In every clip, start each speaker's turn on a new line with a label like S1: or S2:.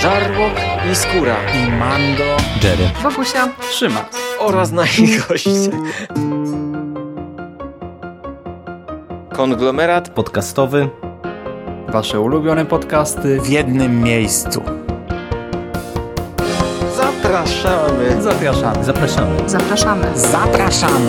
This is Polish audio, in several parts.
S1: Żarłok i Skóra
S2: i Mando,
S3: Jerry,
S4: Wokusia,
S5: Szymas
S1: oraz nasi goście. Konglomerat
S3: podcastowy.
S5: Wasze ulubione podcasty
S2: w jednym miejscu.
S1: Zapraszamy.
S5: Zapraszamy.
S3: Zapraszamy.
S4: zapraszamy.
S2: Zapraszamy!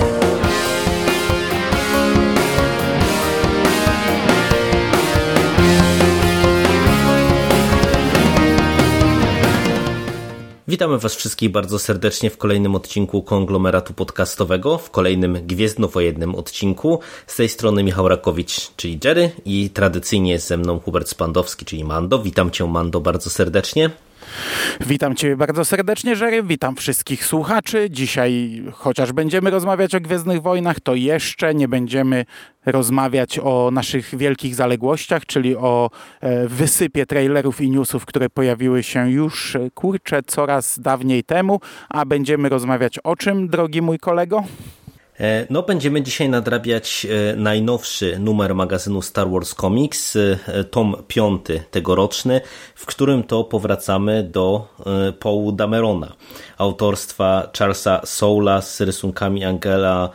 S3: Witamy Was wszystkich bardzo serdecznie w kolejnym odcinku Konglomeratu Podcastowego, w kolejnym gwiezdnowojennym odcinku. Z tej strony Michał Rakowicz, czyli Jerry, i tradycyjnie jest ze mną Hubert Spandowski, czyli Mando. Witam Cię, Mando, bardzo serdecznie.
S2: Witam Cię bardzo serdecznie, Jerry. Witam wszystkich słuchaczy. Dzisiaj, chociaż będziemy rozmawiać o Gwiezdnych Wojnach, to jeszcze nie będziemy rozmawiać o naszych wielkich zaległościach, czyli o wysypie trailerów i newsów, które pojawiły się już, coraz dawniej temu. A będziemy rozmawiać o czym, drogi mój kolego?
S3: No, będziemy dzisiaj nadrabiać najnowszy numer magazynu Star Wars Comics, tom 5 tegoroczny, w którym to powracamy do Paula Damerona, autorstwa Charlesa Soula z rysunkami Angela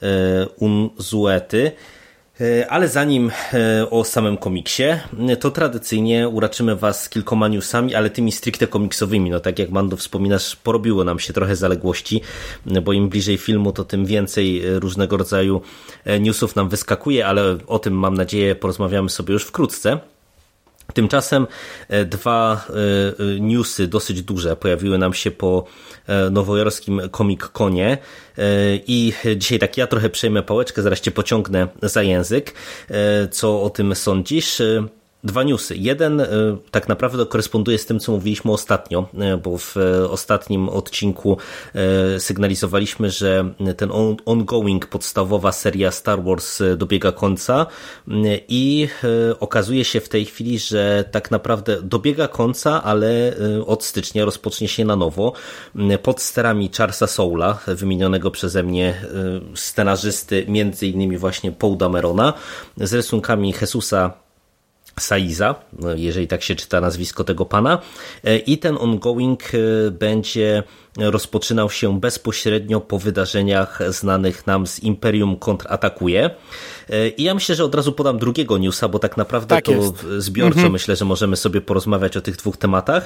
S3: Unzuety. Ale zanim o samym komiksie, to tradycyjnie uraczymy Was kilkoma newsami, ale tymi stricte komiksowymi. No tak jak Mando wspominasz, porobiło nam się trochę zaległości, bo im bliżej filmu, to tym więcej różnego rodzaju newsów nam wyskakuje, ale o tym, mam nadzieję, porozmawiamy sobie już wkrótce. Tymczasem dwa newsy dosyć duże pojawiły nam się po nowojorskim Comic-Conie i dzisiaj tak ja trochę przejmę pałeczkę, zaraz Cię pociągnę za język. Co o tym sądzisz? Dwa newsy. Jeden tak naprawdę koresponduje z tym, co mówiliśmy ostatnio, bo w ostatnim odcinku sygnalizowaliśmy, że ten ongoing, podstawowa seria Star Wars dobiega końca i okazuje się w tej chwili, że tak naprawdę dobiega końca, ale od stycznia rozpocznie się na nowo pod sterami Charlesa Soula, wymienionego przeze mnie scenarzysty, między innymi właśnie Paula Damerona, z rysunkami Jesusa Saiza, jeżeli tak się czyta nazwisko tego pana, i ten ongoing będzie rozpoczynał się bezpośrednio po wydarzeniach znanych nam z Imperium kontratakuje. I ja myślę, że od razu podam drugiego newsa, bo tak naprawdę tak to jest. Zbiorczo myślę, że możemy sobie porozmawiać o tych dwóch tematach,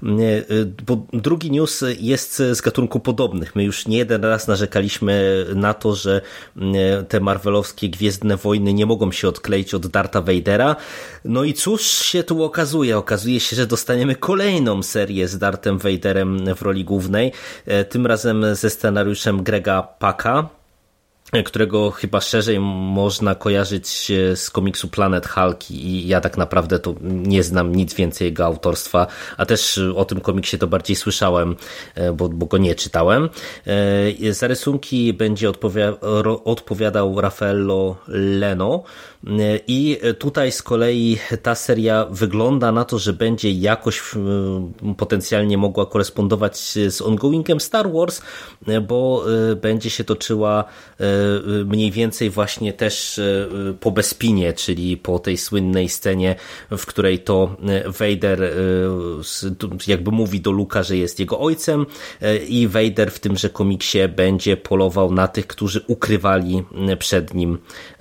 S3: bo drugi news jest z gatunku podobnych. My już nie jeden raz narzekaliśmy na to, że te marvelowskie Gwiezdne Wojny nie mogą się odkleić od Dartha Vadera. No i cóż się tu okazuje? Okazuje się, że dostaniemy kolejną serię z Darthem Vaderem w roli głównej, tym razem ze scenariuszem Grega Paka, którego chyba szerzej można kojarzyć z komiksu Planet Hulk, i ja tak naprawdę to nie znam nic więcej jego autorstwa, a też o tym komiksie to bardziej słyszałem, bo go nie czytałem. Za rysunki będzie odpowiadał Raffaello Leno i tutaj z kolei ta seria wygląda na to, że będzie jakoś potencjalnie mogła korespondować z ongoingiem Star Wars, bo będzie się toczyła mniej więcej właśnie też po Bespinie, czyli po tej słynnej scenie, w której to Vader jakby mówi do Luka, że jest jego ojcem, i Vader w tymże komiksie będzie polował na tych, którzy ukrywali przed nim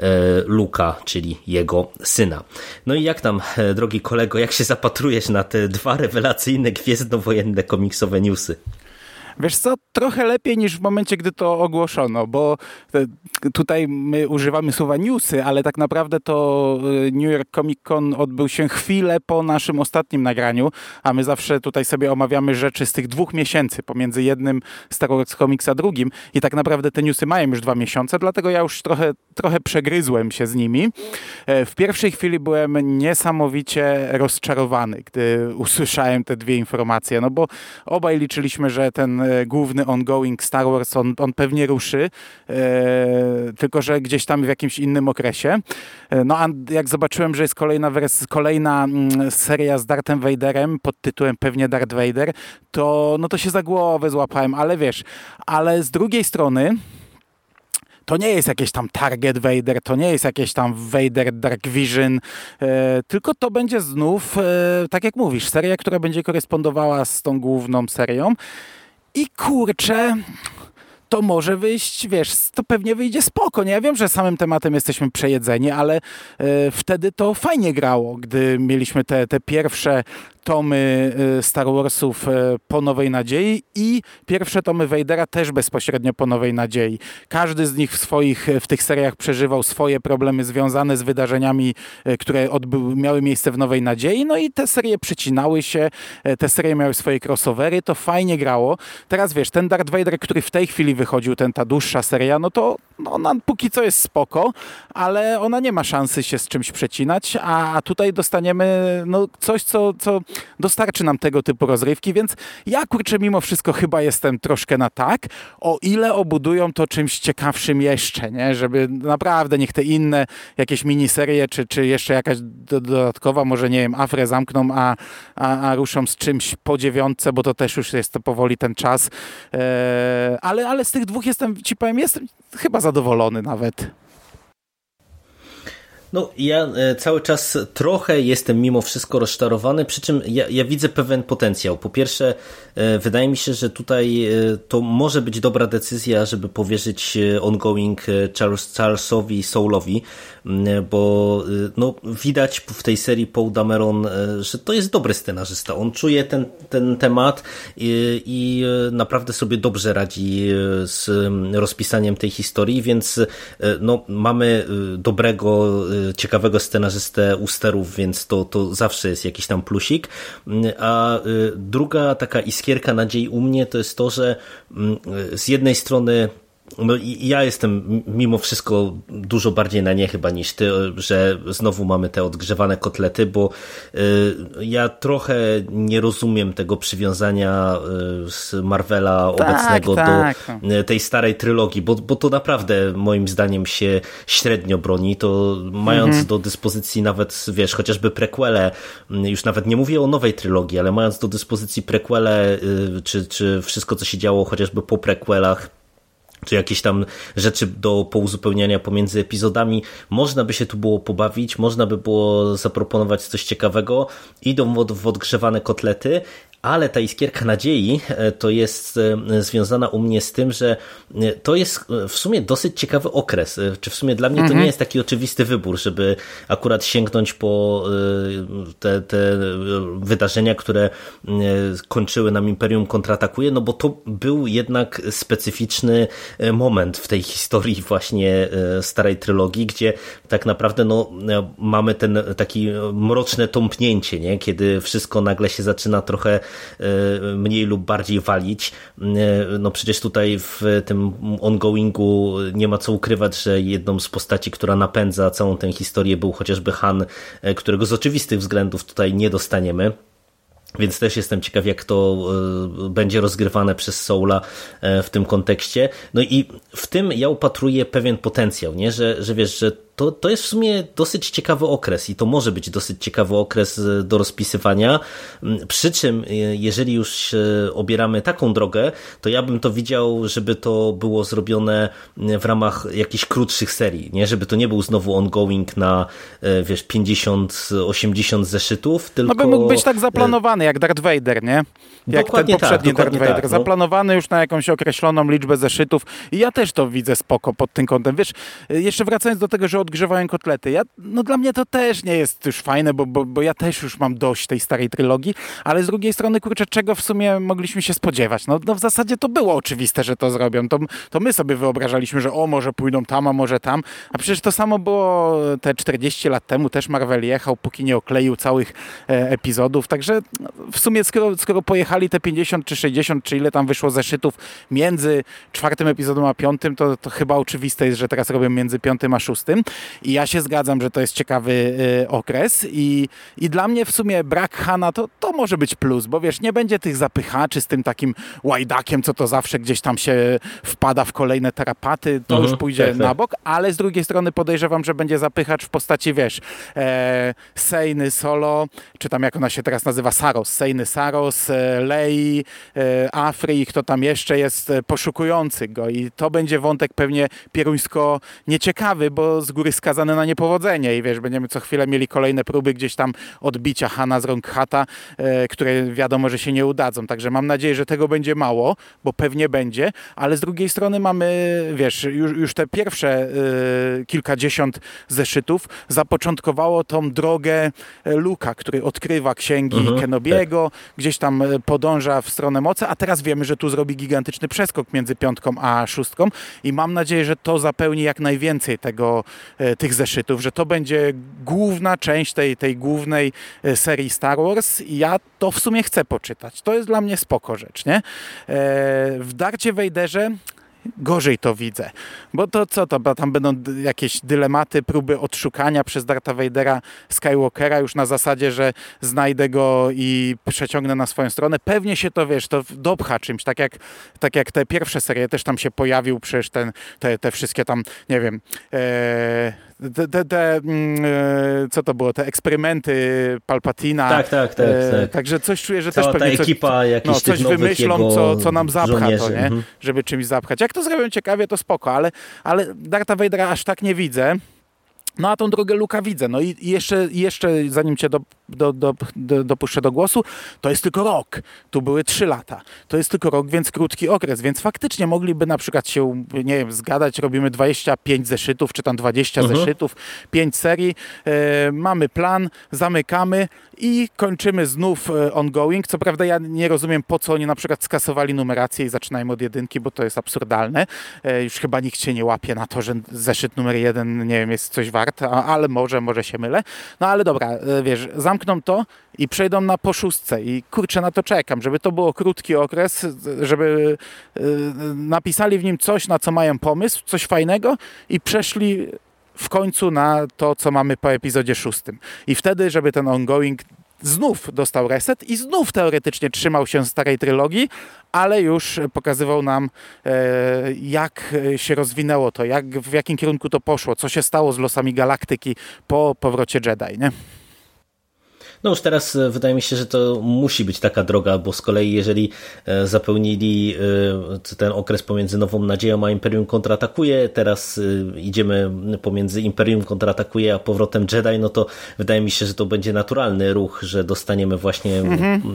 S3: Luka, czyli jego syna. No i jak tam, drogi kolego, jak się zapatrujesz na te dwa rewelacyjne gwiezdnowojenne komiksowe newsy?
S2: Wiesz co, trochę lepiej niż w momencie, gdy to ogłoszono, bo tutaj my używamy słowa newsy, ale tak naprawdę to New York Comic Con odbył się chwilę po naszym ostatnim nagraniu, a my zawsze tutaj sobie omawiamy rzeczy z tych 2 miesięcy pomiędzy jednym Star Wars Comics a drugim, i tak naprawdę te newsy mają już 2 miesiące, dlatego ja już trochę przegryzłem się z nimi. W pierwszej chwili byłem niesamowicie rozczarowany, gdy usłyszałem te dwie informacje, no bo obaj liczyliśmy, że ten główny ongoing Star Wars, on pewnie ruszy, tylko że gdzieś tam w jakimś innym okresie. No a jak zobaczyłem, że jest kolejna seria z Darthem Vaderem pod tytułem pewnie Darth Vader, to się za głowę złapałem, ale wiesz, ale z drugiej strony to nie jest jakieś tam Target Vader, to nie jest jakieś tam Vader Dark Vision, tylko to będzie znów, tak jak mówisz, seria, która będzie korespondowała z tą główną serią. I kurczę, to może wyjść, wiesz, to pewnie wyjdzie spoko. Nie? Ja wiem, że samym tematem jesteśmy przejedzeni, ale wtedy to fajnie grało, gdy mieliśmy te pierwsze tomy Star Warsów po Nowej Nadziei i pierwsze tomy Vadera też bezpośrednio po Nowej Nadziei. Każdy z nich w tych seriach przeżywał swoje problemy związane z wydarzeniami, które miały miejsce w Nowej Nadziei, no i te serie przycinały się, te serie miały swoje crossovery, to fajnie grało. Teraz wiesz, ten Darth Vader, który w tej chwili wychodził, ta dłuższa seria, no to ona póki co jest spoko, ale ona nie ma szansy się z czymś przecinać, a tutaj dostaniemy no, coś, co dostarczy nam tego typu rozrywki, więc ja kurczę mimo wszystko chyba jestem troszkę na tak, o ile obudują to czymś ciekawszym jeszcze, nie? Żeby naprawdę niech te inne jakieś miniserie, czy jeszcze jakaś dodatkowa, może nie wiem, Afrę zamkną, a ruszą z czymś po 9, bo to też już jest to powoli ten czas. Ale z tych dwóch jestem chyba zadowolony nawet.
S3: No ja cały czas trochę jestem mimo wszystko rozczarowany, przy czym ja widzę pewien potencjał. Po pierwsze, wydaje mi się, że tutaj to może być dobra decyzja, żeby powierzyć ongoing Charlesowi Soulowi, bo no, widać w tej serii Poe Dameron, że to jest dobry scenarzysta. On czuje ten temat i naprawdę sobie dobrze radzi z rozpisaniem tej historii, więc no, mamy dobrego, ciekawego scenarzystę u sterów, więc to zawsze jest jakiś tam plusik. A druga taka iskierka nadziei u mnie to jest to, że z jednej strony no ja jestem mimo wszystko dużo bardziej na nie chyba niż ty, że znowu mamy te odgrzewane kotlety, bo ja trochę nie rozumiem tego przywiązania z Marvela obecnego do tej starej trylogii, bo to naprawdę moim zdaniem się średnio broni. To mając do dyspozycji nawet, wiesz, chociażby prequele, już nawet nie mówię o nowej trylogii, ale mając do dyspozycji prequele, czy wszystko co się działo chociażby po prequelach, czy jakieś tam rzeczy do pouzupełniania pomiędzy epizodami, można by się tu było pobawić, można by było zaproponować coś ciekawego, idą w odgrzewane kotlety, ale ta iskierka nadziei to jest związana u mnie z tym, że to jest w sumie dosyć ciekawy okres, czy w sumie dla mnie to nie jest taki oczywisty wybór, żeby akurat sięgnąć po te wydarzenia, które kończyły nam Imperium kontratakuje, no bo to był jednak specyficzny moment w tej historii właśnie starej trylogii, gdzie tak naprawdę no, mamy ten taki mroczne tąpnięcie, nie? Kiedy wszystko nagle się zaczyna trochę mniej lub bardziej walić. No przecież tutaj w tym ongoingu nie ma co ukrywać, że jedną z postaci, która napędza całą tę historię był chociażby Han, którego z oczywistych względów tutaj nie dostaniemy. Więc też jestem ciekaw, jak to będzie rozgrywane przez Soula w tym kontekście. No i w tym ja upatruję pewien potencjał, nie? Że wiesz, że to jest w sumie dosyć ciekawy okres i to może być dosyć ciekawy okres do rozpisywania. Przy czym, jeżeli już obieramy taką drogę, to ja bym to widział, żeby to było zrobione w ramach jakichś krótszych serii, nie? Żeby to nie był znowu ongoing na, wiesz, 50-80 zeszytów, tylko...
S2: No by mógł być tak zaplanowany, jak Darth Vader, nie? Jak
S3: dokładnie
S2: ten poprzedni
S3: tak,
S2: Darth Vader.
S3: tak, no.
S2: Zaplanowany już na jakąś określoną liczbę zeszytów i ja też to widzę spoko pod tym kątem. Wiesz, jeszcze wracając do tego, że odgrzewają kotlety. No dla mnie to też nie jest już fajne, bo ja też już mam dość tej starej trylogii, ale z drugiej strony, kurczę, czego w sumie mogliśmy się spodziewać? No w zasadzie to było oczywiste, że to zrobią. To my sobie wyobrażaliśmy, że może pójdą tam, a może tam. A przecież to samo było te 40 lat temu. Też Marvel jechał, póki nie okleił całych epizodów. Także w sumie skoro pojechali te 50 czy 60, czy ile tam wyszło zeszytów między 4. epizodem a 5, to chyba oczywiste jest, że teraz robią między 5. a 6. I ja się zgadzam, że to jest ciekawy okres i dla mnie w sumie brak Hana to może być plus, bo wiesz, nie będzie tych zapychaczy z tym takim łajdakiem, co to zawsze gdzieś tam się wpada w kolejne tarapaty, to już pójdzie na bok, ale z drugiej strony podejrzewam, że będzie zapychacz w postaci, wiesz, Sejny Solo, czy tam jak ona się teraz nazywa, obsesyjny Saros, Lei, Afry i kto tam jeszcze jest poszukujący go i to będzie wątek pewnie pieruńsko nieciekawy, bo z góry skazany na niepowodzenie i wiesz, będziemy co chwilę mieli kolejne próby gdzieś tam odbicia Hana z rąk Hata, które wiadomo, że się nie udadzą, także mam nadzieję, że tego będzie mało, bo pewnie będzie, ale z drugiej strony mamy, wiesz, już te pierwsze kilkadziesiąt zeszytów zapoczątkowało tą drogę Luka, który odkrywa księgi Kenobiego, gdzieś tam podąża w stronę mocy, a teraz wiemy, że tu zrobi gigantyczny przeskok między 5 a 6 i mam nadzieję, że to zapełni jak najwięcej tych zeszytów, że to będzie główna część tej głównej serii Star Wars i ja to w sumie chcę poczytać. To jest dla mnie spoko rzecz, nie? W Darcie Vaderze gorzej to widzę, bo to co to, tam będą jakieś dylematy, próby odszukania przez Dartha Vadera Skywalkera już na zasadzie, że znajdę go i przeciągnę na swoją stronę. Pewnie się to, wiesz, to dopcha czymś, tak jak te pierwsze serie też tam się pojawił przecież te wszystkie tam, nie wiem, co to było, te eksperymenty Palpatina.
S3: Tak.
S2: Także coś czuję, że
S3: cała
S2: też pewnie
S3: ta ekipa jakichś
S2: coś
S3: tych nowych
S2: wymyślą, co nam zapcha
S3: żołnierzy.
S2: to, nie? Żeby czymś zapchać. Jak to zrobią ciekawie, to spoko, ale Dartha Vadera aż tak nie widzę. No a tą drogę Luka widzę. No i jeszcze zanim cię dopuszczę do głosu, to jest tylko rok. Tu były 3 lata. To jest tylko rok, więc krótki okres. Więc faktycznie mogliby na przykład się, nie wiem, zgadać, robimy 25 zeszytów, czy tam 20 zeszytów, 5 serii. Mamy plan, zamykamy i kończymy znów ongoing. Co prawda ja nie rozumiem, po co oni na przykład skasowali numerację i zaczynajmy od 1, bo to jest absurdalne. Już chyba nikt się nie łapie na to, że zeszyt numer 1, nie wiem, jest coś wart, ale może się mylę. No ale dobra, wiesz, zamkną to i przejdą na po 6 i kurczę, na to czekam, żeby to było krótki okres, żeby napisali w nim coś, na co mają pomysł, coś fajnego i przeszli w końcu na to, co mamy po epizodzie 6. I wtedy, żeby ten ongoing znów dostał reset i znów teoretycznie trzymał się starej trylogii, ale już pokazywał nam, jak się rozwinęło to, w jakim kierunku to poszło, co się stało z losami galaktyki po powrocie Jedi, nie?
S3: No już teraz wydaje mi się, że to musi być taka droga, bo z kolei jeżeli zapełnili ten okres pomiędzy Nową Nadzieją a Imperium kontratakuje, teraz idziemy pomiędzy Imperium kontratakuje a powrotem Jedi, no to wydaje mi się, że to będzie naturalny ruch, że dostaniemy właśnie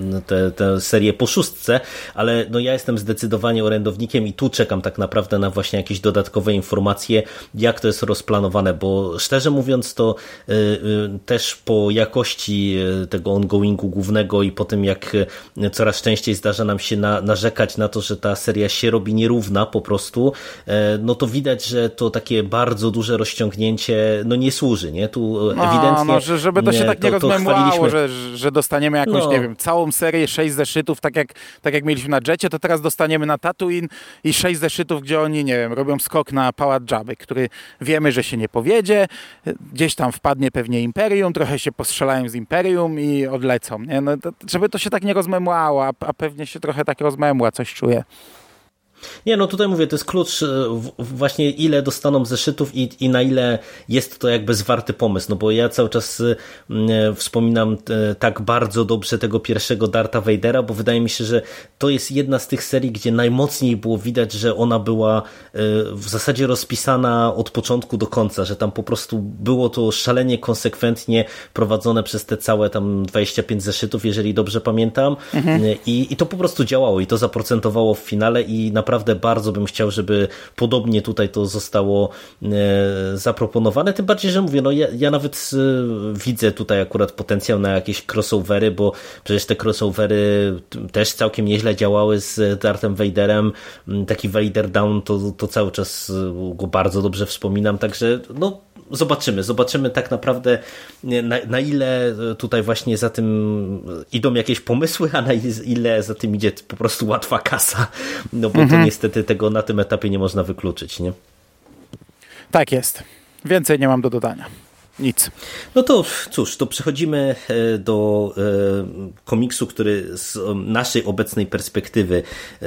S3: tę serię po 6, ale no ja jestem zdecydowanie orędownikiem i tu czekam tak naprawdę na właśnie jakieś dodatkowe informacje, jak to jest rozplanowane, bo szczerze mówiąc to też po jakości tego ongoingu głównego i po tym, jak coraz częściej zdarza nam się narzekać na to, że ta seria się robi nierówna po prostu, no to widać, że to takie bardzo duże rozciągnięcie no nie służy, nie? Tu ewidentnie...
S2: żeby to się tak nie rozmemłało, że dostaniemy jakąś, nie wiem, całą serię 6 zeszytów, tak jak mieliśmy na Jetcie, to teraz dostaniemy na Tatooine i 6 zeszytów, gdzie oni, nie wiem, robią skok na pałac Jabby, który wiemy, że się nie powiedzie, gdzieś tam wpadnie pewnie Imperium, trochę się postrzelają z Imperium i odlecą, nie? No żeby to się tak nie rozmemłało, a pewnie się trochę tak rozmemła, coś czuję.
S3: Nie, no tutaj mówię, to jest klucz właśnie ile dostaną zeszytów i na ile jest to jakby zwarty pomysł, no bo ja cały czas wspominam tak bardzo dobrze tego pierwszego Dartha Vadera, bo wydaje mi się, że to jest jedna z tych serii, gdzie najmocniej było widać, że ona była w zasadzie rozpisana od początku do końca, że tam po prostu było to szalenie konsekwentnie prowadzone przez te całe tam 25 zeszytów, jeżeli dobrze pamiętam, i to po prostu działało i to zaprocentowało w finale i naprawdę bardzo bym chciał, żeby podobnie tutaj to zostało zaproponowane, tym bardziej, że mówię, no ja nawet widzę tutaj akurat potencjał na jakieś crossovery, bo przecież te crossovery też całkiem nieźle działały z Darthem Vaderem, taki Vader Down, to cały czas go bardzo dobrze wspominam, także no zobaczymy tak naprawdę na ile tutaj właśnie za tym idą jakieś pomysły, a na ile za tym idzie po prostu łatwa kasa, no bo to niestety tego na tym etapie nie można wykluczyć, nie?
S2: Tak jest. Więcej nie mam do dodania. Nic.
S3: No to cóż, to przechodzimy do komiksu, który z naszej obecnej perspektywy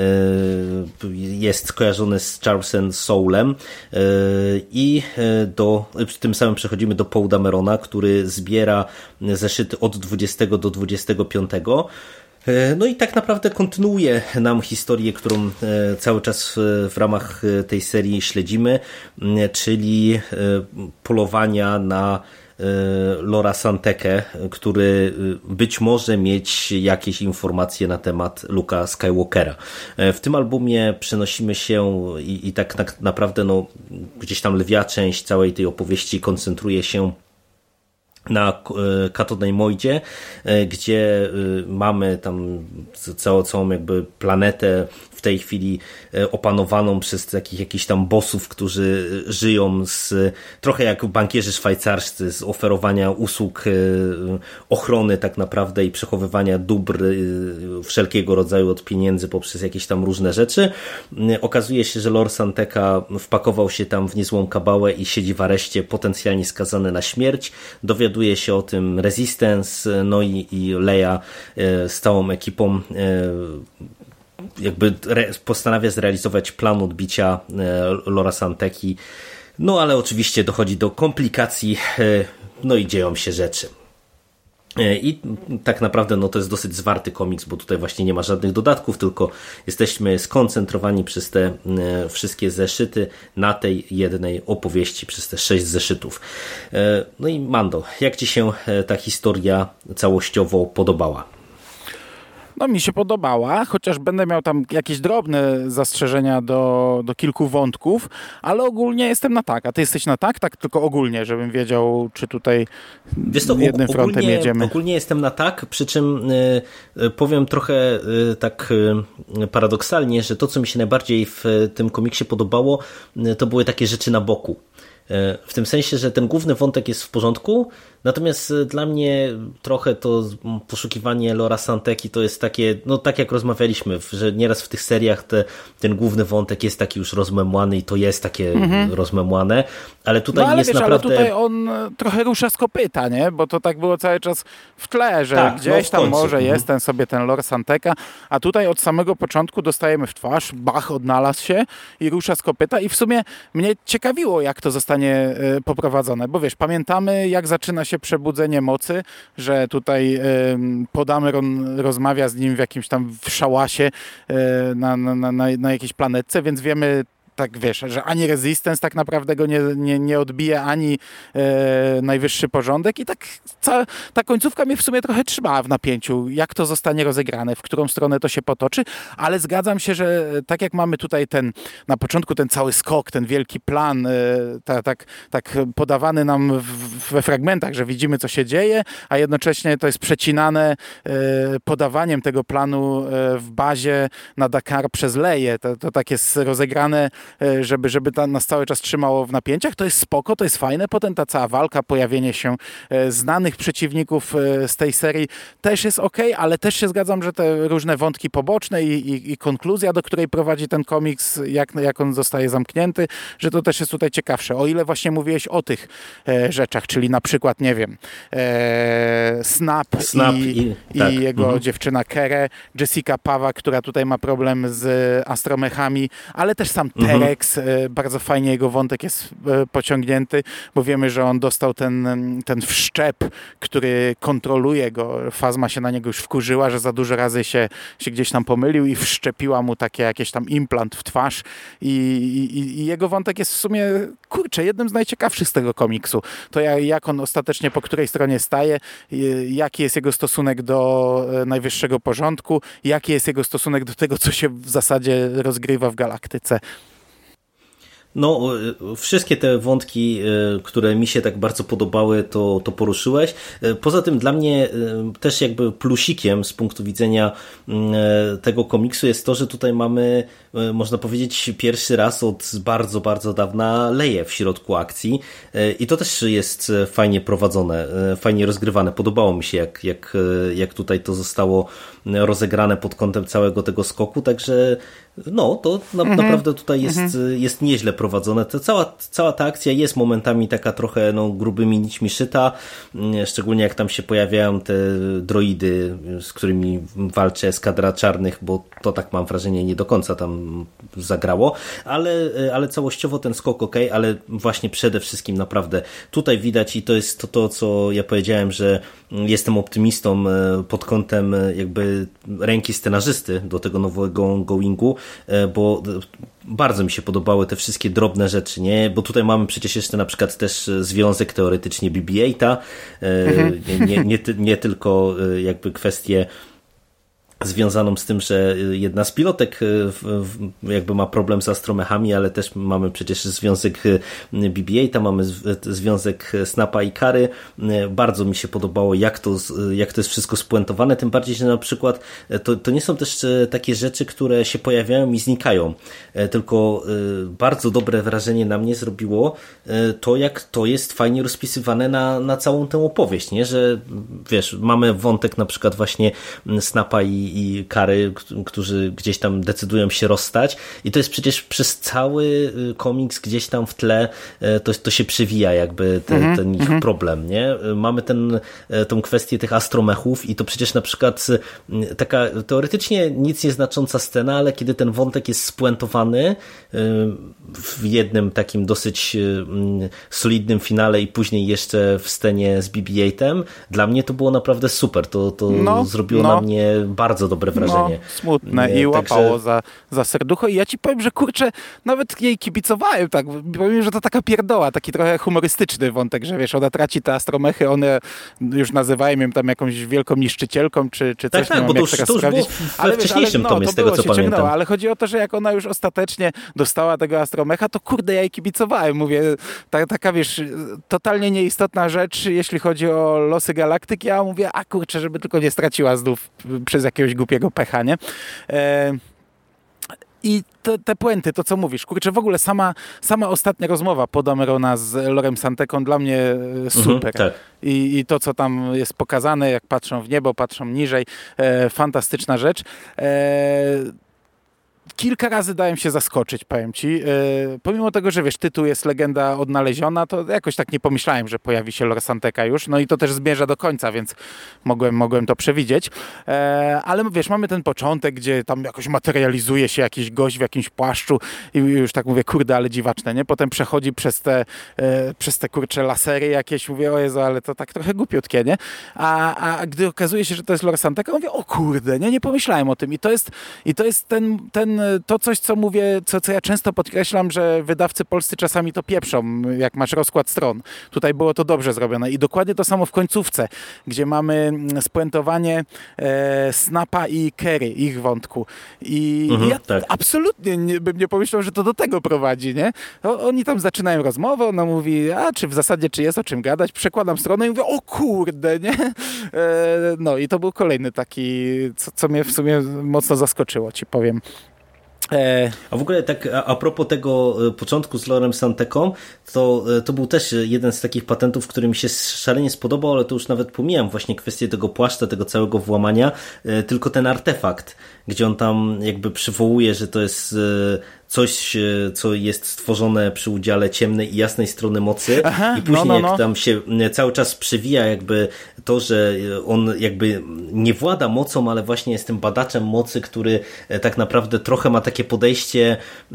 S3: jest kojarzony z Charlesem Soulem i tym samym przechodzimy do Paul Damerona, który zbiera zeszyty od 20 do 25. No i tak naprawdę kontynuuje nam historię, którą cały czas w ramach tej serii śledzimy, czyli polowania na Lora Santekę, który być może mieć jakieś informacje na temat Luke'a Skywalkera. W tym albumie przenosimy się i tak naprawdę no, gdzieś tam lwia część całej tej opowieści koncentruje się na Katodajmoidzie, gdzie mamy tam całą jakby planetę w tej chwili opanowaną przez takich jakichś tam bossów, którzy żyją trochę jak bankierzy szwajcarscy, z oferowania usług ochrony tak naprawdę i przechowywania dóbr wszelkiego rodzaju od pieniędzy poprzez jakieś tam różne rzeczy. Okazuje się, że Lord Santeka wpakował się tam w niezłą kabałę i siedzi w areszcie, potencjalnie skazany na śmierć. Dowiaduje się o tym Resistance, no i Leia z całą ekipą jakby postanawia zrealizować plan odbicia Lora Santeki, no ale oczywiście dochodzi do komplikacji, no i dzieją się rzeczy. I tak naprawdę no to jest dosyć zwarty komiks, bo tutaj właśnie nie ma żadnych dodatków, tylko jesteśmy skoncentrowani przez te wszystkie zeszyty na tej jednej opowieści, przez te 6 zeszytów. No i Mando, jak Ci się ta historia całościowo podobała?
S2: No mi się podobała, chociaż będę miał tam jakieś drobne zastrzeżenia do kilku wątków, ale ogólnie jestem na tak. A ty jesteś na tak? Tak tylko ogólnie, żebym wiedział, czy tutaj jednym frontem jedziemy.
S3: Ogólnie jestem na tak, przy czym powiem trochę tak paradoksalnie, że to, co mi się najbardziej w tym komiksie podobało, to były takie rzeczy na boku. W tym sensie, że ten główny wątek jest w porządku, natomiast dla mnie trochę to poszukiwanie Lora Santeki to jest takie, no tak jak rozmawialiśmy, że nieraz w tych seriach ten główny wątek jest taki już rozmemłany i to jest takie rozmemłane, ale tutaj
S2: ale
S3: jest
S2: wiesz,
S3: naprawdę...
S2: ale tutaj on trochę rusza z kopyta, nie? Bo to tak było cały czas w tle, że
S3: tak,
S2: gdzieś tam może jest
S3: ten
S2: sobie ten Lord Santeka, a tutaj od samego początku dostajemy w twarz, Bach odnalazł się i rusza z kopyta i w sumie mnie ciekawiło, jak to zostanie poprowadzone, bo wiesz, pamiętamy, jak zaczyna się przebudzenie mocy, że tutaj Podameron rozmawia z nim w jakimś tam szałasie na jakiejś planetce, więc wiemy, tak wiesz, że ani Resistance tak naprawdę go nie odbije, ani najwyższy porządek i tak ta końcówka mnie w sumie trochę trzymała w napięciu, jak to zostanie rozegrane, w którą stronę to się potoczy, ale zgadzam się, że tak jak mamy tutaj na początku ten cały skok, ten wielki plan, tak podawany nam we fragmentach, że widzimy, co się dzieje, a jednocześnie to jest przecinane podawaniem tego planu w bazie na Dakar przez Leję. To tak jest rozegrane, żeby nas cały czas trzymało w napięciach. To jest spoko, to jest fajne. Potem ta cała walka, pojawienie się znanych przeciwników z tej serii też jest okej, ale też się zgadzam, że te różne wątki poboczne i konkluzja, do której prowadzi ten komiks, jak on zostaje zamknięty, że to też jest tutaj ciekawsze. O ile właśnie mówiłeś o tych rzeczach, czyli na przykład, nie wiem, Snap i jego dziewczyna Kere, Jessica Pava, która tutaj ma problem z astromechami, ale też sam Terex, bardzo fajnie jego wątek jest pociągnięty, bo wiemy, że on dostał ten wszczep, który kontroluje go. Fazma się na niego już wkurzyła, że za dużo razy się gdzieś tam pomylił i wszczepiła mu jakiś tam implant w twarz i jego wątek jest w sumie, kurczę, jednym z najciekawszych z tego komiksu. To jak on ostatecznie po której stronie staje, jaki jest jego stosunek do najwyższego porządku, jaki jest jego stosunek do tego, co się w zasadzie rozgrywa w galaktyce.
S3: No, wszystkie te wątki, które mi się tak bardzo podobały, to poruszyłeś. Poza tym dla mnie też jakby plusikiem z punktu widzenia tego komiksu jest to, że tutaj mamy, można powiedzieć, pierwszy raz od bardzo, bardzo dawna Leję w środku akcji i to też jest fajnie prowadzone, fajnie rozgrywane. Podobało mi się, jak tutaj to zostało rozegrane pod kątem całego tego skoku, także No, to naprawdę tutaj jest nieźle prowadzone. To cała ta akcja jest momentami taka trochę grubymi nićmi szyta, szczególnie jak tam się pojawiają te droidy, z którymi walczy eskadra czarnych, bo to tak mam wrażenie nie do końca tam zagrało, ale całościowo ten skok ok, ale właśnie przede wszystkim naprawdę tutaj widać i to jest to, co ja powiedziałem, że jestem optymistą pod kątem jakby ręki scenarzysty do tego nowego ongoingu, bo bardzo mi się podobały te wszystkie drobne rzeczy, nie? Bo tutaj mamy przecież jeszcze na przykład też związek teoretycznie BB-8, nie tylko jakby kwestie związaną z tym, że jedna z pilotek jakby ma problem z astromechami, ale też mamy przecież związek BB-8, mamy związek Snapa i Kary. Bardzo mi się podobało, jak to jest wszystko spuentowane, tym bardziej, że na przykład to nie są też takie rzeczy, które się pojawiają i znikają, tylko bardzo dobre wrażenie na mnie zrobiło to, jak to jest fajnie rozpisywane na całą tę opowieść, nie? Że wiesz, mamy wątek na przykład właśnie Snapa i Kary, którzy gdzieś tam decydują się rozstać i to jest przecież przez cały komiks gdzieś tam w tle to się przewija jakby ten ich problem, nie? Mamy tą kwestię tych astromechów i to przecież na przykład taka teoretycznie nic nieznacząca scena, ale kiedy ten wątek jest spuentowany w jednym takim dosyć solidnym finale i później jeszcze w scenie z BB-8, dla mnie to było naprawdę super. To zrobiło na mnie bardzo dobre wrażenie.
S2: Smutne i łapało za serducho i ja ci powiem, że kurczę, nawet jej kibicowałem, tak, powiem, że to taka pierdoła, taki trochę humorystyczny wątek, że wiesz, ona traci te astromechy, one już nazywają ją tam jakąś wielką niszczycielką, czy coś,
S3: tak,
S2: nie mam
S3: bo
S2: jak
S3: to
S2: teraz
S3: już
S2: sprawdzić.
S3: było we wcześniejszym tomie, z tego co pamiętam.
S2: Ale chodzi o to, że jak ona już ostatecznie dostała tego astromecha, to kurde, ja jej kibicowałem, mówię, taka wiesz, totalnie nieistotna rzecz, jeśli chodzi o losy galaktyki, ja mówię, a kurczę, żeby tylko nie straciła znów przez jakiegoś głupiego pecha, nie? I te puenty, to co mówisz, kurczę, w ogóle sama ostatnia rozmowa Podamerona z Lorem Santeką dla mnie super.
S3: Tak.
S2: I to, co tam jest pokazane, jak patrzą w niebo, patrzą niżej, fantastyczna rzecz. Kilka razy dałem się zaskoczyć, powiem ci. Pomimo tego, że wiesz, tytuł jest Legenda odnaleziona, to jakoś tak nie pomyślałem, że pojawi się Lor Santeca już. No i to też zmierza do końca, więc mogłem to przewidzieć. Ale wiesz, mamy ten początek, gdzie tam jakoś materializuje się jakiś gość w jakimś płaszczu i już tak mówię, kurde, ale dziwaczne, nie? Potem przechodzi przez te kurcze lasery jakieś, mówię, o Jezu, ale to tak trochę głupiutkie, nie? A gdy okazuje się, że to jest Lor Santeca, mówię, o kurde, nie pomyślałem o tym. I to jest to coś, co mówię, co ja często podkreślam, że wydawcy polscy czasami to pieprzą, jak masz rozkład stron. Tutaj było to dobrze zrobione i dokładnie to samo w końcówce, gdzie mamy spuentowanie Snapa i Kary, ich wątku. I ja
S3: tak.
S2: absolutnie bym nie pomyślał, że to do tego prowadzi, nie? Oni tam zaczynają rozmowę, ona mówi, czy jest o czym gadać, przekładam stronę i mówię, o kurde, nie? No i to był kolejny taki, co mnie w sumie mocno zaskoczyło, ci powiem.
S3: A w ogóle tak a propos tego początku z Lorem Santecą, to był też jeden z takich patentów, który mi się szalenie spodobał, ale to już nawet pomijam właśnie kwestię tego płaszcza, tego całego włamania, tylko ten artefakt, gdzie on tam jakby przywołuje, że to jest coś, co jest stworzone przy udziale ciemnej i jasnej strony mocy.
S2: Aha,
S3: i później jak tam się cały czas przewija jakby to, że on jakby nie włada mocą, ale właśnie jest tym badaczem mocy, który tak naprawdę trochę ma takie podejście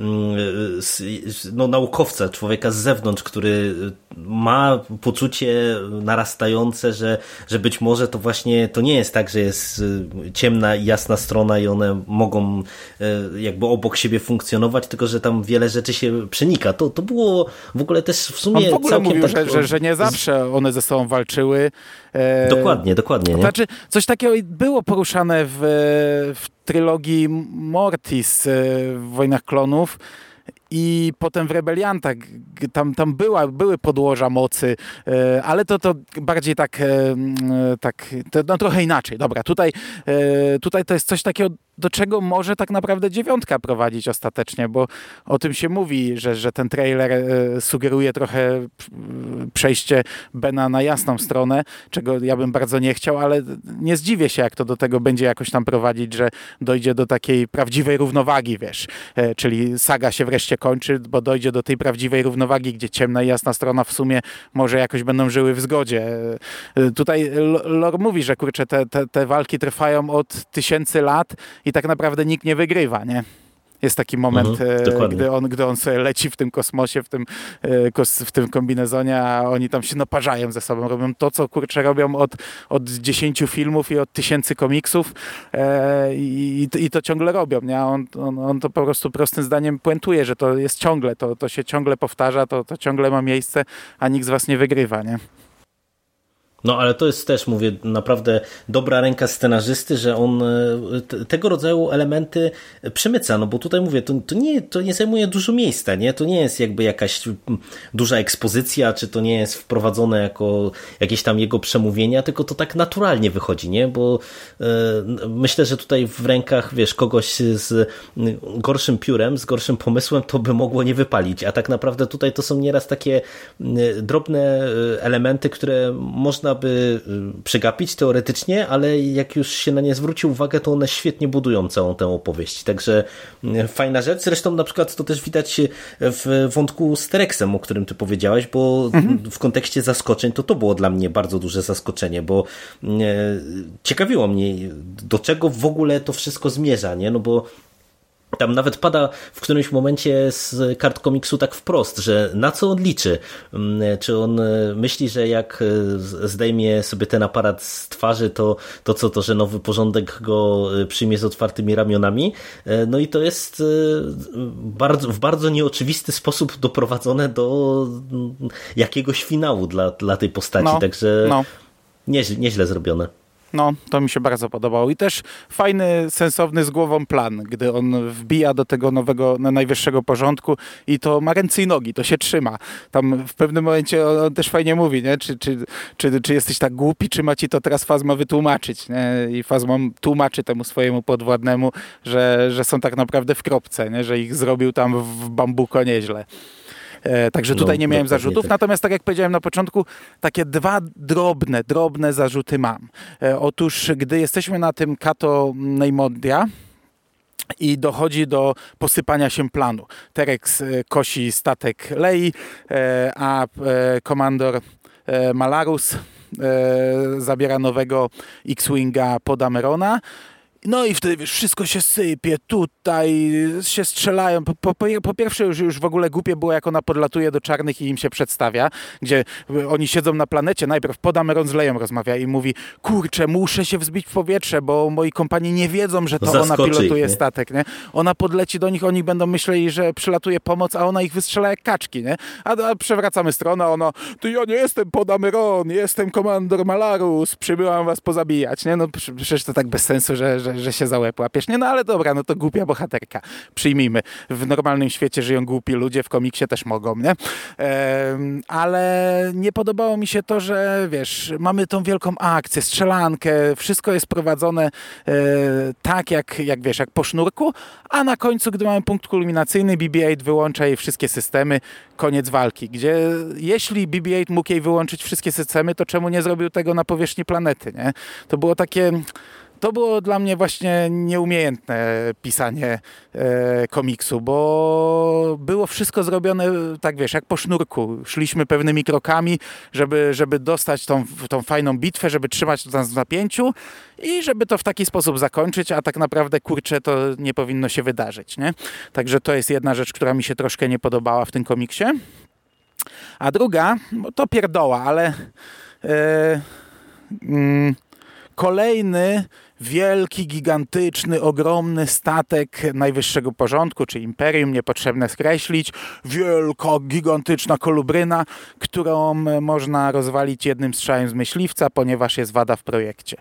S3: naukowca, człowieka z zewnątrz, który ma poczucie narastające, że być może to właśnie to nie jest tak, że jest ciemna i jasna strona i one mogą jakby obok siebie funkcjonować, tylko że tam wiele rzeczy się przenika. To było w ogóle też w sumie
S2: on w ogóle
S3: całkiem
S2: mówił,
S3: tak...
S2: że nie zawsze one ze sobą walczyły.
S3: Dokładnie. Nie?
S2: Znaczy, coś takiego było poruszane w trylogii Mortis w Wojnach Klonów i potem w Rebeliantach tam były podłoża mocy, ale to bardziej tak trochę inaczej. Dobra, tutaj to jest coś takiego do czego może tak naprawdę 9 prowadzić ostatecznie, bo o tym się mówi, że ten trailer sugeruje trochę przejście Bena na jasną stronę, czego ja bym bardzo nie chciał, ale nie zdziwię się, jak to do tego będzie jakoś tam prowadzić, że dojdzie do takiej prawdziwej równowagi, wiesz, czyli saga się wreszcie kończy, bo dojdzie do tej prawdziwej równowagi, gdzie ciemna i jasna strona w sumie może jakoś będą żyły w zgodzie. Tutaj lore mówi, że kurczę, te walki trwają od 1000 lat i tak naprawdę nikt nie wygrywa, nie? Jest taki moment, gdy on sobie leci w tym kosmosie, w tym kombinezonie, a oni tam się naparzają ze sobą. Robią to, co kurczę robią od 10 filmów i od 1000 komiksów i to ciągle robią. Nie? On to po prostu prostym zdaniem puentuje, że to jest ciągle, to się ciągle powtarza, to ciągle ma miejsce, a nikt z was nie wygrywa. Nie?
S3: No ale to jest też, mówię, naprawdę dobra ręka scenarzysty, że on tego rodzaju elementy przemyca, no bo tutaj mówię, to nie zajmuje dużo miejsca, nie? To nie jest jakby jakaś duża ekspozycja, czy to nie jest wprowadzone jako jakieś tam jego przemówienia, tylko to tak naturalnie wychodzi, nie? Bo myślę, że tutaj w rękach, wiesz, kogoś z gorszym piórem, z gorszym pomysłem, to by mogło nie wypalić, a tak naprawdę tutaj to są nieraz takie drobne elementy, które można by przegapić teoretycznie, ale jak już się na nie zwróci uwagę, to one świetnie budują całą tę opowieść. Także fajna rzecz. Zresztą na przykład to też widać w wątku z Terexem, o którym ty powiedziałeś, bo w kontekście zaskoczeń to było dla mnie bardzo duże zaskoczenie, bo ciekawiło mnie, do czego w ogóle to wszystko zmierza, nie? No bo tam nawet pada w którymś momencie z kart komiksu tak wprost, że na co on liczy? Czy on myśli, że jak zdejmie sobie ten aparat z twarzy, to że nowy porządek go przyjmie z otwartymi ramionami? No i to jest w bardzo nieoczywisty sposób doprowadzone do jakiegoś finału dla tej postaci. Także nieźle zrobione.
S2: No, to mi się bardzo podobało. I też fajny, sensowny z głową plan, gdy on wbija do tego nowego, najwyższego porządku i to ma ręce i nogi, to się trzyma. Tam w pewnym momencie on też fajnie mówi, nie? Czy jesteś tak głupi, czy ma ci to teraz Phasma wytłumaczyć, nie? I Phasma tłumaczy temu swojemu podwładnemu, że są tak naprawdę w kropce, nie? Że ich zrobił tam w bambuko nieźle. Także tutaj nie miałem zarzutów, tak. Natomiast tak jak powiedziałem na początku, takie dwa drobne zarzuty mam. Otóż, gdy jesteśmy na tym Kato Neimoidia i dochodzi do posypania się planu. Terex kosi statek Lei, a komandor Malarus zabiera nowego X-Winga Podamerona. No i wtedy wiesz, wszystko się sypie, tutaj się strzelają. Po pierwsze już w ogóle głupie było, jak ona podlatuje do czarnych i im się przedstawia, gdzie oni siedzą na planecie, najpierw Podameron z Leją rozmawia i mówi, kurczę, muszę się wzbić w powietrze, bo moi kompanii nie wiedzą, że to ona pilotuje statek, nie? Ona podleci do nich, oni będą myśleli, że przylatuje pomoc, a ona ich wystrzela jak kaczki, nie? A przewracamy stronę, a ona, to ja nie jestem Podameron, jestem komandor Malarus, przybyłam was pozabijać, nie? No przecież to tak bez sensu, że się za łeb łapiesz. Nie, no ale dobra, no to głupia bohaterka. Przyjmijmy. W normalnym świecie żyją głupi ludzie, w komiksie też mogą, nie? Ale nie podobało mi się to, że wiesz, mamy tą wielką akcję, strzelankę, wszystko jest prowadzone tak, jak wiesz, jak po sznurku, a na końcu, gdy mamy punkt kulminacyjny, BB-8 wyłącza jej wszystkie systemy, koniec walki, gdzie jeśli BB-8 mógł jej wyłączyć wszystkie systemy, to czemu nie zrobił tego na powierzchni planety, nie? To było takie... To było dla mnie właśnie nieumiejętne pisanie komiksu, bo było wszystko zrobione tak, wiesz, jak po sznurku. Szliśmy pewnymi krokami, żeby dostać tą fajną bitwę, żeby trzymać nas w napięciu i żeby to w taki sposób zakończyć, a tak naprawdę, kurczę, to nie powinno się wydarzyć, nie? Także to jest jedna rzecz, która mi się troszkę nie podobała w tym komiksie. A druga, to pierdoła, ale... kolejny wielki, gigantyczny, ogromny statek najwyższego porządku, czy imperium, niepotrzebne skreślić. Wielka, gigantyczna kolubryna, którą można rozwalić jednym strzałem z myśliwca, ponieważ jest wada w projekcie.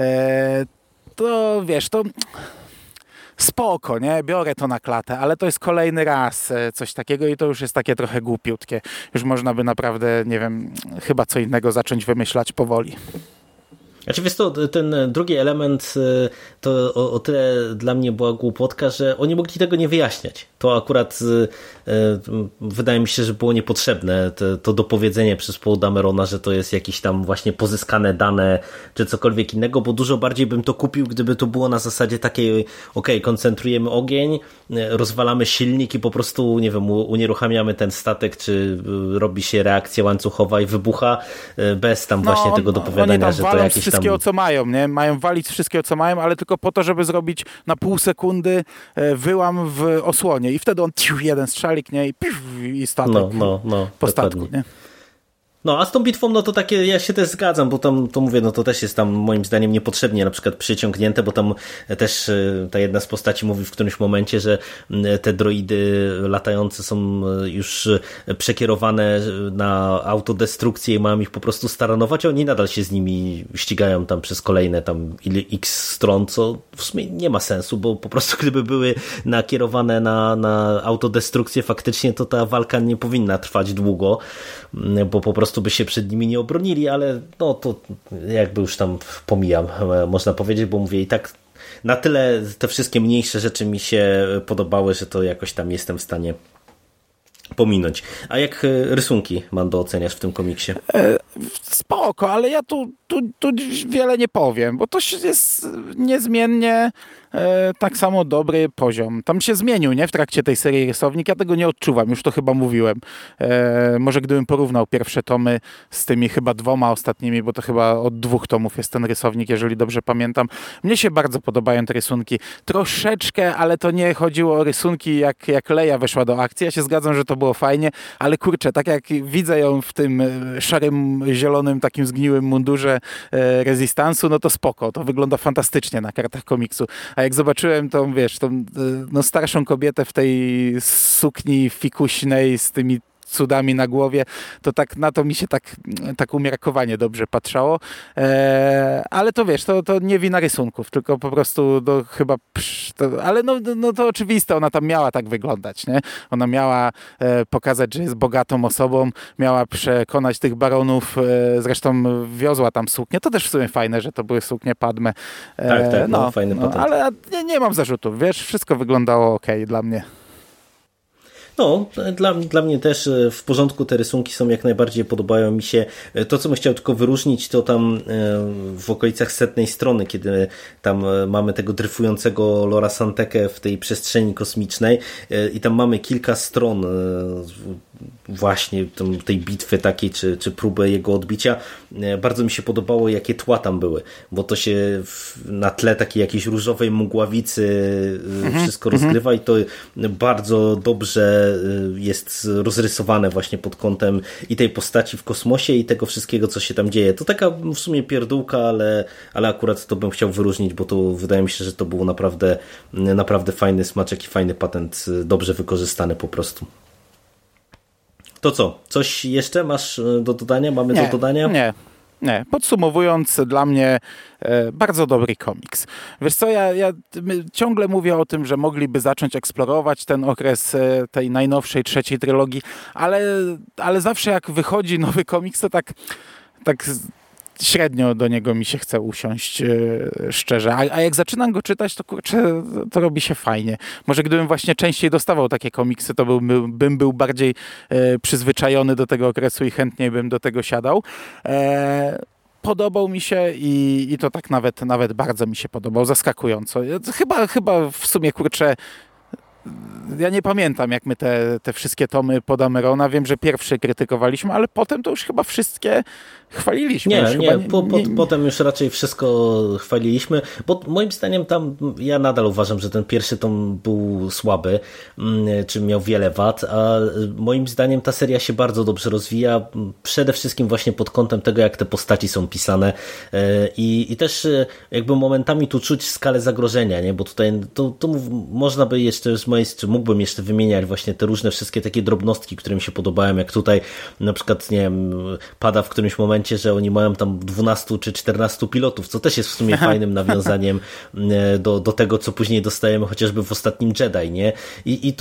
S2: To wiesz, to... Spoko, nie? Biorę to na klatę, ale to jest kolejny raz coś takiego i to już jest takie trochę głupiutkie. Już można by naprawdę, nie wiem, chyba co innego zacząć wymyślać powoli.
S3: Znaczy wiesz to, ten drugi element to o tyle dla mnie była głupotka, że oni mogli tego nie wyjaśniać. To akurat wydaje mi się, że było niepotrzebne to dopowiedzenie przez Paul Damerona, że to jest jakieś tam właśnie pozyskane dane czy cokolwiek innego, bo dużo bardziej bym to kupił, gdyby to było na zasadzie takiej koncentrujemy ogień, rozwalamy silnik i po prostu, nie wiem, unieruchamiamy ten statek, czy robi się reakcja łańcuchowa i wybucha bez tam właśnie tego dopowiadania, że to jakieś tam...
S2: wszystkiego, co mają, nie? Mają walić wszystkiego, co mają, ale tylko po to, żeby zrobić na pół sekundy wyłam w osłonie i wtedy on jeden strzalik, nie? I statek po statku, nie?
S3: No, a z tą bitwą, no to takie, ja się też zgadzam, bo tam, to mówię, no to też jest tam moim zdaniem niepotrzebnie na przykład przyciągnięte, bo tam też ta jedna z postaci mówi w którymś momencie, że te droidy latające są już przekierowane na autodestrukcję i mają ich po prostu staranować, a oni nadal się z nimi ścigają tam przez kolejne tam x stron, co w sumie nie ma sensu, bo po prostu gdyby były nakierowane na autodestrukcję faktycznie, to ta walka nie powinna trwać długo, bo po prostu by się przed nimi nie obronili, ale no to jakby już tam pomijam, można powiedzieć, bo mówię i tak na tyle te wszystkie mniejsze rzeczy mi się podobały, że to jakoś tam jestem w stanie pominąć. A jak rysunki, Mando, oceniasz w tym komiksie?
S2: Spoko, ale ja tu wiele nie powiem, bo to jest niezmiennie tak samo dobry poziom. Tam się zmienił, nie? W trakcie tej serii rysownik. Ja tego nie odczuwam, już to chyba mówiłem. Może gdybym porównał pierwsze tomy z tymi chyba 2 ostatnimi, bo to chyba od 2 tomów jest ten rysownik, jeżeli dobrze pamiętam. Mnie się bardzo podobają te rysunki. Troszeczkę, ale to nie chodziło o rysunki, jak Leia weszła do akcji. Ja się zgadzam, że to było fajnie, ale kurczę, tak jak widzę ją w tym szarym, zielonym, takim zgniłym mundurze Rezystansu, no to spoko. To wygląda fantastycznie na kartach komiksu. A jak zobaczyłem tą, wiesz, tą starszą kobietę w tej sukni fikuśnej z tymi cudami na głowie, to tak na to mi się tak umiarkowanie dobrze patrzało. Ale to wiesz, to nie wina rysunków, tylko po prostu chyba... ale no to oczywiste, ona tam miała tak wyglądać, nie? Ona miała pokazać, że jest bogatą osobą, miała przekonać tych baronów, zresztą wiozła tam suknię. To też w sumie fajne, że to były suknie Padme.
S3: Tak, fajny patent.
S2: Ale nie mam zarzutów, wiesz, wszystko wyglądało okej dla mnie.
S3: No, dla mnie też w porządku te rysunki są jak najbardziej, podobają mi się. To, co bym chciał tylko wyróżnić, to tam w okolicach 100 strony, kiedy tam mamy tego dryfującego Lora Santekę w tej przestrzeni kosmicznej i tam mamy kilka stron właśnie tej bitwy takiej, czy próbę jego odbicia. Bardzo mi się podobało, jakie tła tam były, bo to się na tle takiej jakiejś różowej mgławicy wszystko rozgrywa i to bardzo dobrze jest rozrysowane właśnie pod kątem i tej postaci w kosmosie i tego wszystkiego, co się tam dzieje. To taka w sumie pierdółka, ale akurat to bym chciał wyróżnić, bo to wydaje mi się, że to był naprawdę fajny smaczek i fajny patent, dobrze wykorzystany po prostu. To co? Coś jeszcze masz do dodania? Mamy do dodania?
S2: Nie. Podsumowując, dla mnie bardzo dobry komiks. Wiesz co, ja ciągle mówię o tym, że mogliby zacząć eksplorować ten okres tej najnowszej 3. trylogii, ale zawsze jak wychodzi nowy komiks, to tak średnio do niego mi się chce usiąść, szczerze. A jak zaczynam go czytać, to kurczę, to robi się fajnie. Może gdybym właśnie częściej dostawał takie komiksy, to bym był bardziej przyzwyczajony do tego okresu i chętniej bym do tego siadał. Podobał mi się i to tak nawet bardzo mi się podobał, zaskakująco. Chyba w sumie, kurczę, ja nie pamiętam, jak my te wszystkie tomy pod Damerona, wiem, że pierwszy krytykowaliśmy, ale potem to już chyba wszystkie chwaliliśmy.
S3: Potem już raczej wszystko chwaliliśmy, bo moim zdaniem tam, ja nadal uważam, że ten pierwszy tom był słaby, czy miał wiele wad, a moim zdaniem ta seria się bardzo dobrze rozwija, przede wszystkim właśnie pod kątem tego, jak te postaci są pisane i też jakby momentami tu czuć skalę zagrożenia, nie? Bo tutaj to można by jeszcze mógłbym jeszcze wymieniać właśnie te różne wszystkie takie drobnostki, które mi się podobają, jak tutaj na przykład, nie wiem, pada w którymś momencie, że oni mają tam 12 czy 14 pilotów, co też jest w sumie fajnym nawiązaniem do tego, co później dostajemy chociażby w ostatnim Jedi, nie? I to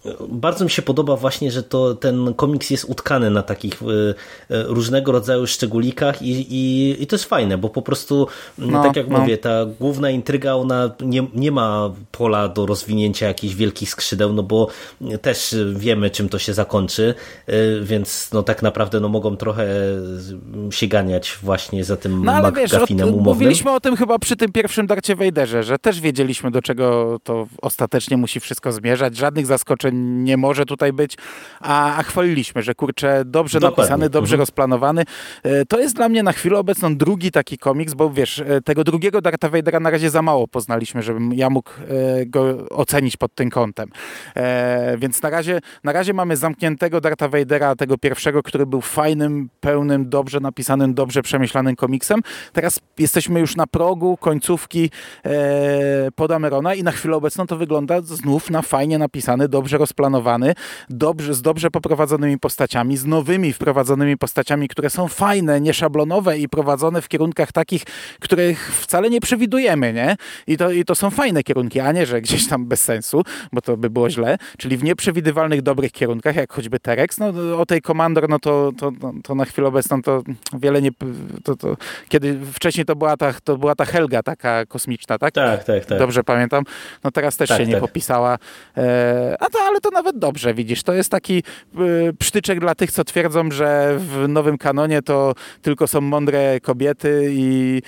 S3: Bardzo mi się podoba właśnie, że ten komiks jest utkany na takich różnego rodzaju szczególikach i to jest fajne, bo po prostu, tak jak mówię, ta główna intryga, ona nie ma pola do rozwinięcia jakichś wielkich skrzydeł, no bo też wiemy, czym to się zakończy, więc no tak naprawdę mogą trochę się ganiać właśnie za tym McGuffinem umownym.
S2: Mówiliśmy o tym chyba przy tym pierwszym Darcie Vaderze, że też wiedzieliśmy, do czego to ostatecznie musi wszystko zmierzać. Żadnych zaskoczeń nie może tutaj być, a chwaliliśmy, że kurczę, dobrze napisany, dobrze rozplanowany. To jest dla mnie na chwilę obecną drugi taki komiks, bo wiesz, tego drugiego Darta Vadera na razie za mało poznaliśmy, żebym ja mógł go ocenić pod tym kątem. Więc na razie mamy zamkniętego Darta Vadera, tego pierwszego, który był fajnym, pełnym, dobrze napisanym, dobrze przemyślanym komiksem. Teraz jesteśmy już na progu końcówki Podamerona i na chwilę obecną to wygląda znów na fajnie napisany, dobrze rozplanowany, z dobrze poprowadzonymi postaciami, z nowymi wprowadzonymi postaciami, które są fajne, nieszablonowe i prowadzone w kierunkach takich, których wcale nie przewidujemy, nie? I to są fajne kierunki, a nie, że gdzieś tam bez sensu, bo to by było źle, czyli w nieprzewidywalnych, dobrych kierunkach, jak choćby Terex, o tej Komandor, to na chwilę obecną to wiele nie... Kiedy wcześniej to była ta Helga taka kosmiczna, tak?
S3: Tak.
S2: Dobrze pamiętam. No teraz też się nie popisała. Ale to nawet dobrze, widzisz. To jest taki psztyczek dla tych, co twierdzą, że w nowym kanonie to tylko są mądre kobiety i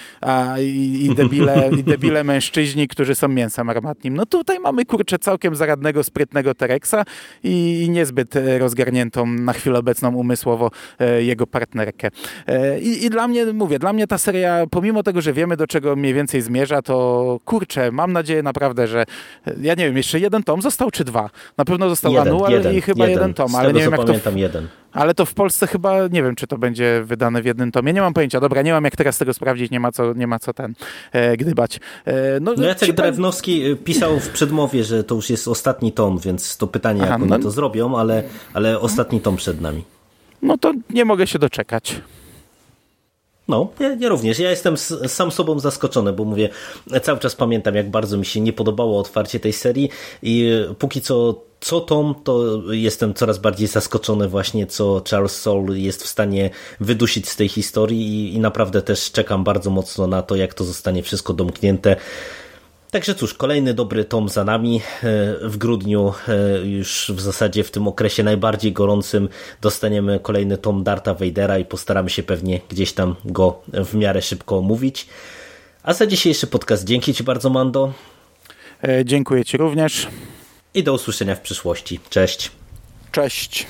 S2: debile mężczyźni, którzy są mięsem armatnim. No tutaj mamy, kurczę, całkiem zaradnego, sprytnego Terexa i niezbyt rozgarniętą na chwilę obecną umysłowo jego partnerkę. I dla mnie ta seria, pomimo tego, że wiemy, do czego mniej więcej zmierza, to kurczę, mam nadzieję naprawdę, że ja nie wiem, jeszcze jeden tom został czy dwa? Na pewno został Annual i chyba jeden tom, ale nie wiem, jak to...
S3: jeden.
S2: Ale to w Polsce chyba, nie wiem, czy to będzie wydane w jednym tomie. Nie mam pojęcia. Dobra, nie mam jak teraz tego sprawdzić, nie ma co gdybać.
S3: Jacek Drewnowski pisał w przedmowie, że to już jest ostatni tom, więc to pytanie, jak oni to zrobią, ale ostatni tom przed nami.
S2: No to nie mogę się doczekać.
S3: No, ja również. Ja jestem sam sobą zaskoczony, bo mówię, cały czas pamiętam, jak bardzo mi się nie podobało otwarcie tej serii i póki co tom, to jestem coraz bardziej zaskoczony właśnie, co Charles Soule jest w stanie wydusić z tej historii i naprawdę też czekam bardzo mocno na to, jak to zostanie wszystko domknięte. Także cóż, kolejny dobry tom za nami. W grudniu, już w zasadzie w tym okresie najbardziej gorącym, dostaniemy kolejny tom Darta Vadera i postaramy się pewnie gdzieś tam go w miarę szybko omówić. A za dzisiejszy podcast dzięki Ci bardzo, Mando.
S2: Dziękuję Ci również.
S3: I do usłyszenia w przyszłości. Cześć.
S2: Cześć.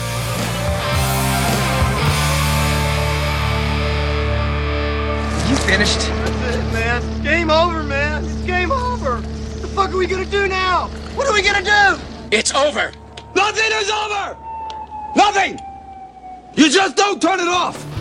S4: You finished? That's it, man. Game over, man. It's game over. What the fuck are we gonna do now? What are we gonna do?
S6: It's over.
S4: Nothing is over! Nothing! You just don't turn it off!